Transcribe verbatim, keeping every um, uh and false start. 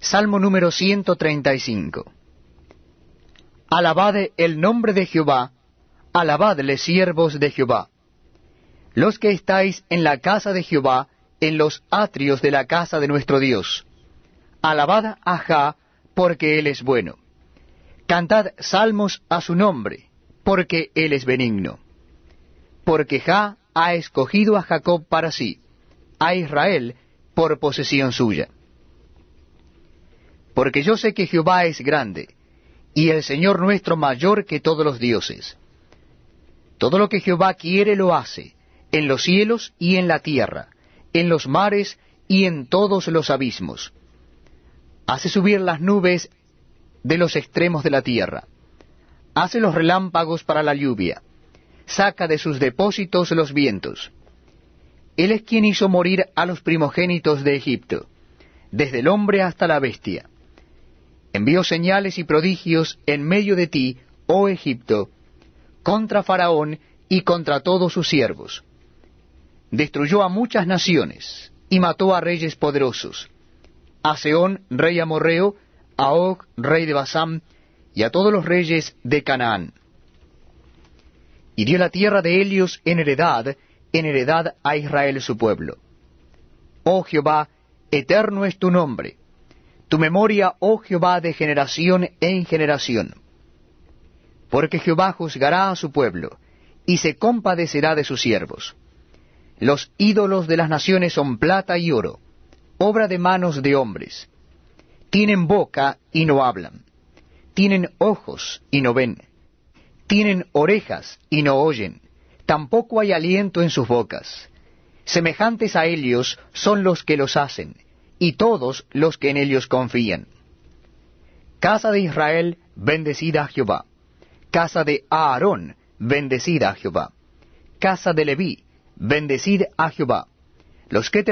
Salmo número ciento treinta y cinco. Alabad el nombre de Jehová, alabadle siervos de Jehová. Los que estáis en la casa de Jehová, en los atrios de la casa de nuestro Dios. Alabad a Jah, porque él es bueno. Cantad salmos a su nombre, porque él es benigno. Porque Jah ha escogido a Jacob para sí, a Israel por posesión suya. Porque yo sé que Jehová es grande, y el Señor nuestro mayor que todos los dioses. Todo lo que Jehová quiere lo hace, en los cielos y en la tierra, en los mares y en todos los abismos. Hace subir las nubes de los extremos de la tierra. Hace los relámpagos para la lluvia. Saca de sus depósitos los vientos. Él es quien hizo morir a los primogénitos de Egipto, desde el hombre hasta la bestia. Envió señales y prodigios en medio de ti, oh Egipto, contra Faraón y contra todos sus siervos. Destruyó a muchas naciones, y mató a reyes poderosos, a Sehón, rey amorreo, a Og, rey de Basán, y a todos los reyes de Canaán. Y dio la tierra de Helios en heredad, en heredad a Israel su pueblo. Oh Jehová, eterno es tu nombre, tu memoria, oh Jehová, de generación en generación. Porque Jehová juzgará a su pueblo, y se compadecerá de sus siervos. Los ídolos de las naciones son plata y oro, obra de manos de hombres. Tienen boca y no hablan. Tienen ojos y no ven. Tienen orejas y no oyen. Tampoco hay aliento en sus bocas. Semejantes a ellos son los que los hacen, y todos los que en ellos confían. Casa de Israel, bendecida a Jehová. Casa de Aarón, bendecida a Jehová. Casa de Leví, bendecid a Jehová. Los que